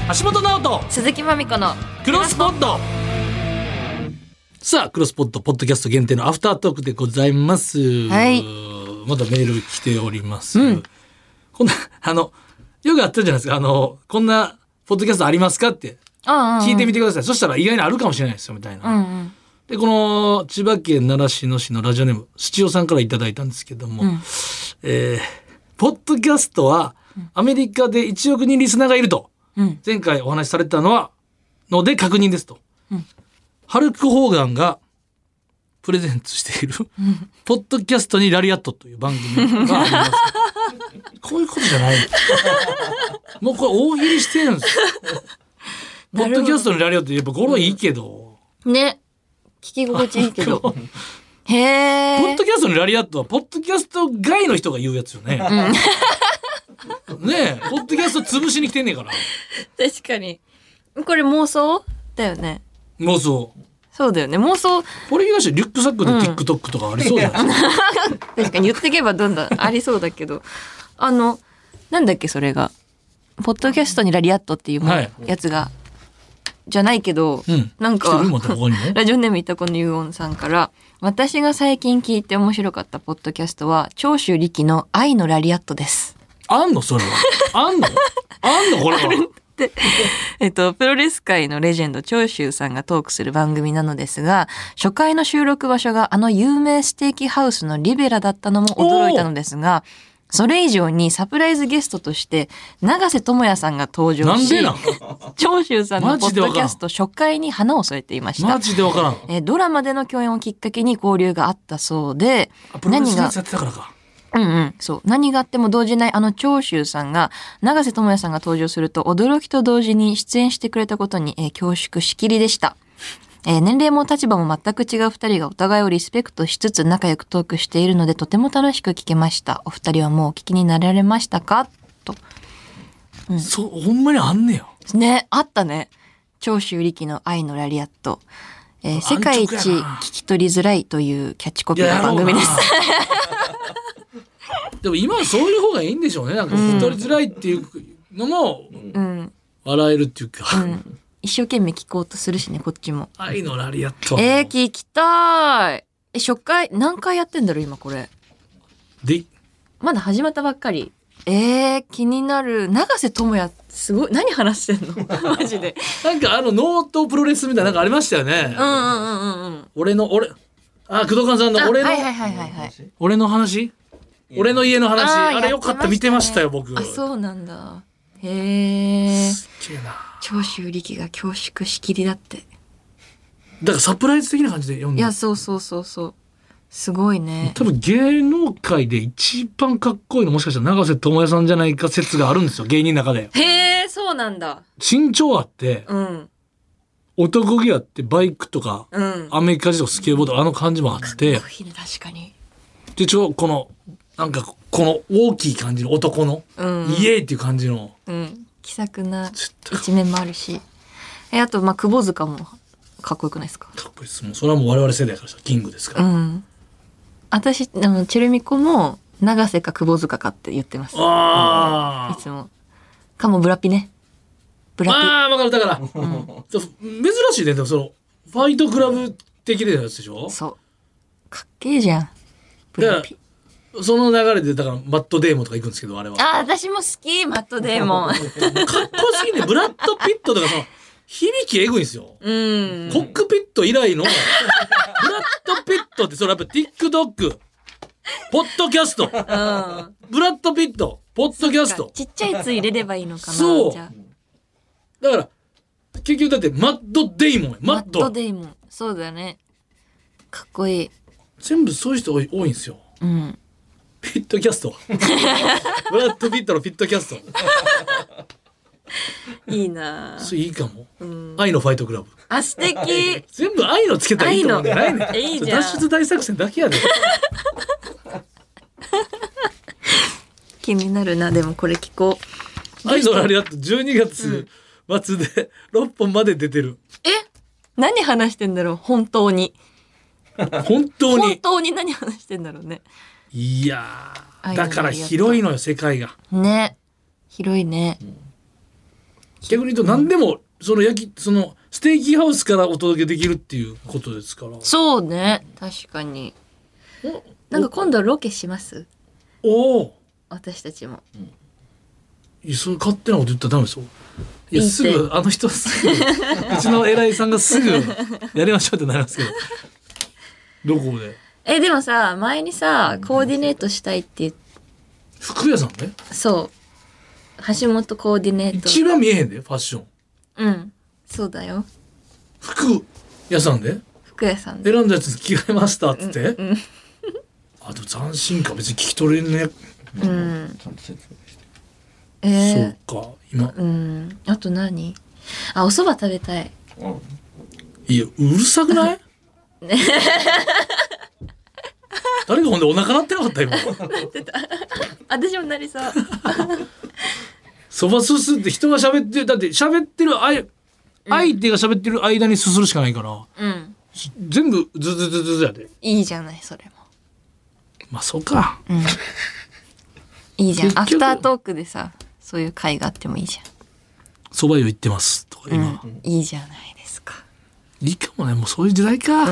橋本直人鈴木まみこのクロスポット。さあクロスポットポッドキャスト限定のアフタートークでございます。 はい、 まだメール来ております、こんなよくあったじゃないですか、こんなポッドキャストありますかって聞いてみてください。そしたら意外にあるかもしれないですよみたいな、でこの千葉県習志野市のラジオネームスチオさんからいただいたんですけども、ポッドキャストはアメリカで1億人リスナーがいると、前回お話しされたので確認ですと、ハルク・ホーガンがプレゼンツしている、ポッドキャストにラリアットという番組がありますこういうことじゃないもうこれ大喜利してるんですよポッドキャストにラリアットやっぱ語呂いいけど、 ね、聞き心地いいけどへえ。 ポッドキャストのラリアットはポッドキャスト外の人が言うやつよね、ねえポッドキャスト潰しに来てんねんから。 確かにこれ妄想だよね。 妄想。 そうだよね、妄想。 これ東リュックサックで TikTok とかありそうじゃないですか、 確かに言ってけばどんどんありそうだけどなんだっけそれがポッドキャストにラリアットっていうやつが、じゃないけど、なんかラジオネームいたこのゆうおんさんから、私が最近聞いて面白かったポッドキャストは長州力の愛のラリアットです。 あんのそれはあんのこれはでプロレス界のレジェンド長州さんがトークする番組なのですが、初回の収録場所が有名ステーキハウスのリベラだったのも驚いたのですが、それ以上にサプライズゲストとして永瀬智也さんが登場し、長州さんのポッドキャスト初回に花を添えていました。 マジでわからん。 ドラマでの共演をきっかけに交流があったそうで、 何がやってたからか。 そう。何があっても動じない長州さんが、永瀬智也さんが登場すると驚きと同時に出演してくれたことに、恐縮しきりでした。年齢も立場も全く違う二人がお互いをリスペクトしつつ仲良くトークしているのでとても楽しく聞けました。お二人はもうお聞きになられましたかと、 ほんまにあんねや。 ね、あったね。長州力の愛のラリアット。世界一聞き取りづらいというキャッチコピーの番組です。 でも今はそういう方がいいんでしょうね。なんか聞き取りづらいっていうのも、笑えるっていうか、 一生懸命聞こうとするしね、こっちも。 愛のラリアット。 聞きたい。初回何回やってんだろう今これ。 で、 まだ始まったばっかり。気になる。永瀬智也すごい。何話してんのマジで。 なんかノートプロレスみたいななんかありましたよね。俺工藤勘さんの俺の話、俺の家の話、あれよかった、見てましたよ僕。 そうなんだ。へえ。 すっげえな。 長州力が恐縮しきりだって。 だからサプライズ的な感じで読んで。 いや、そう。すごいね。 多分芸能界で一番かっこいいのもしかしたら永瀬智也さんじゃないか説があるんですよ、芸人の中で。 へえ、そうなんだ。 身長あって、男気あって、バイクとか、アメリカ人とかスケートボード感じもあって。 かっこいいね、確かに。 でこのなんかこの大きい感じの男の、イエーっていう感じの、 気さくな一面もあるし、あと窪塚もかっこよくないですか。 かっこいいです。もうそれはもう我々世代からしたらキングですから。 私チェルミコも永瀬か窪塚かって言ってます。いつもかもブラピね。ブラピ。 分かる。だから、珍しいね。でもファイトクラブ的なやつでしょ。 そう。かっけえじゃん。ブラピ。 その流れでだからマットデーモンとか行くんですけど、あれは。 私も好き、マットデーモン。かっこすぎね。ブラッドピットとか響きエグいんですよ。コックピット以来のブラッドピットってやっぱ TikTok、ポッドキャスト、ブラッドピット、ポッドキャスト。 ちっちゃいつ入れればいいのかな。 そう。だから結局だってマッドデイモンや。 マッドデイモン。そうだね。かっこいい。 全部そういう人多いんですよ。ピットキャスト。ブラッドピットのピットキャスト。 いいな。 それいいかも。愛のファイトクラブ。 素敵。 全部愛のつけたらいいと思うんじゃないね。 いいじゃん。 脱出大作戦だけやで。 気になるな。でもこれ聞こう。愛のラリアット12月末で6本まで出てる。 何話してんだろう本当に。 本当に何話してんだろうね。 いやだから広いのよ世界が。 ね。広いね。 逆に言うと何でもそのステーキハウスからお届けできるっていうことですから。 そうね、確かに。なんか今度ロケします？ おお。 私たちも。 いや、それ勝手なこと言ったらダメですよ。いや、すぐあの人すぐうちの偉いさんがすぐやりましょうってなりますけど。どこで？ でもさ、前にさコーディネートしたいって言って。 服屋さんね。 そう。橋本コーディネート。 一番見えへんでファッション。 うん。そうだよ。 服屋さんで？ 服屋さんで。 選んだやつに着替えましたっつって。 うん。 あと斬新か、別に聞き取れんね。 うん。 そうか、今。 うん。あと何？あ、お蕎麦食べたい。 いや、うるさくない？誰がほんでお腹鳴ってなかった今。 私もなりそう。 そばすすって人が喋ってる、だって喋ってる相手が喋ってる間にすするしかないから、 うん、 全部ズズズズズやで。 いいじゃないそれも。 まあそうか。 うん。いいじゃん。アフタートークでさ、そういう会があってもいいじゃん。 そば湯行ってますとか今、 いいじゃないですか。 いいかもね、もうそういう時代か。 うん。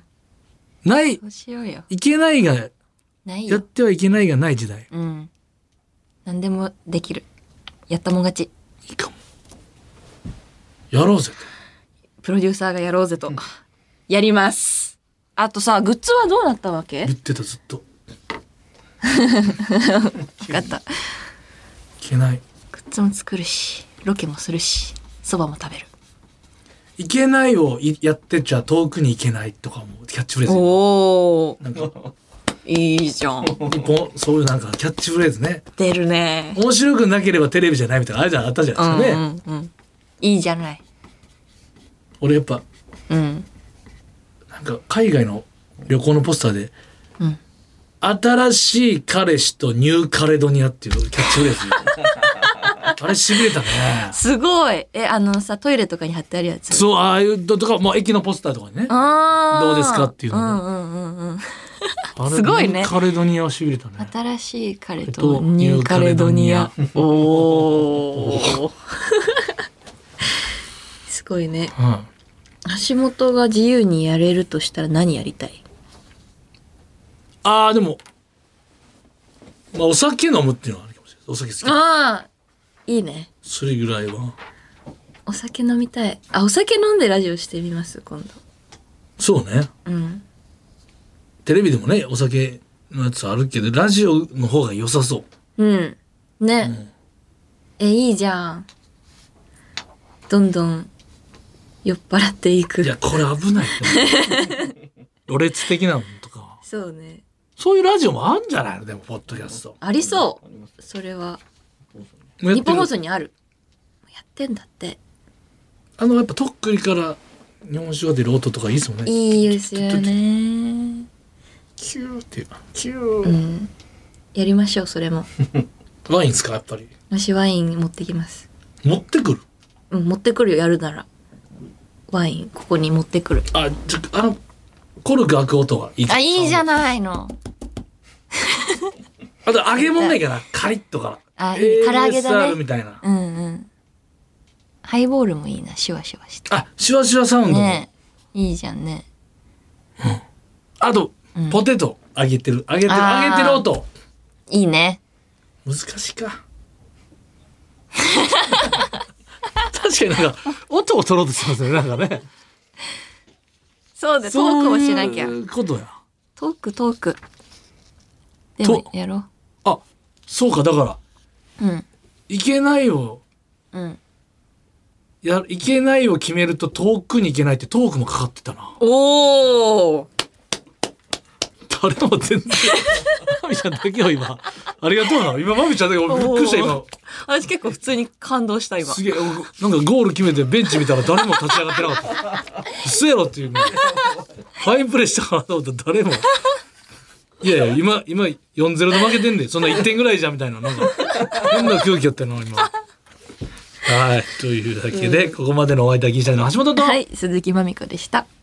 ない。 そうしようよ。 いけないがないよ。 やってはいけないがない時代。 うん。何でもできる。やったもん勝ち。 いいかも。やろうぜと。 プロデューサーがやろうぜと。やります。あとさ、グッズはどうなったわけ？ 言ってたずっと。 分かった。 いけない。 グッズも作るし、ロケもするし、そばも食べる。 いけないをやってちゃ遠くに行けないとかもキャッチフレーズ。 おー。 なんかいいじゃん。 そういうなんかキャッチフレーズね。 出るね。 面白くなければテレビじゃないみたいなあったじゃないですかね。 うんうんうん。いいじゃない。 俺やっぱ、 うん。 なんか海外の旅行のポスターで、 うん、 新しい彼氏とニューカレドニアっていうキャッチフレーズ。あれしびれたね。 すごい。さ、トイレとかに貼ってあるやつ。 そう、ああいうとか、まあ駅のポスターとかにね。どうですかっていうので。 すごいね。 ニューカレドニアはしびれたね。 新しい彼とニューカレドニア。おお。すごいね。橋本が自由にやれるとしたら何やりたい？ ああ、でも、まあお酒飲むっていうのはあるかもしれない。お酒好き。 ああ、いいね。 それぐらいは。 お酒飲みたい。あ、お酒飲んでラジオしてみます今度。 そうね。 うん。 テレビでもね、お酒のやつあるけど、ラジオの方が良さそう。 うん。ね。いいじゃん。どんどん酔っ払っていく。 いや、これ危ない。ろれつ的なのとか。 そうね。 そういうラジオもあるんじゃないのでも、ポッドキャスト。 ありそう。それは。日本放送にある。やってんだって。 やっぱとっくりから日本酒が出る音とかいいですもんね。 いいですよね。 キューっていう。キュー。 うん。やりましょう、それも。 ワインですか、やっぱり。 私ワイン持ってきます。 持ってくる？ うん、持ってくるよ、やるなら。ワイン、ここに持ってくる。 あ、コルク開く音がいい。 あ、いいじゃないの。 あと揚げ物ないかな、カリッとか。 あ、いい、唐揚げだね。 みたいな。 うんうん。ハイボールもいいな、シュワシュワして。 あ、シュワシュワサウンドも。 ね、いいじゃんね。 うん。あと、ポテト揚げてる音。 いいね。 難しいか。確かになんか音を取ろうとしてますね、なんかね。 そうで、トークをしなきゃ。 そういうことや。 トーク。でもやろう。 あ、そうか、だから。うん。いけないを。うん。いけないを決めると遠くに行けないってトークもかかってたな。 おお。 誰も全然。マミちゃんだけよ今。ありがとうな。今マミちゃんだけ俺びっくりした今。 私結構普通に感動した今。 すげえ。なんかゴール決めてベンチ見たら誰も立ち上がってなかった。嘘やろっていうね。ファインプレーしたかなと思ったら誰も。いやいや今 4-0 で負けてんでそんな1点ぐらいじゃんみたいななんか変な空気やったの今。はい、というだけで、ここまでのお相手は銀シャリの橋本と、 はい、鈴木まみこでした。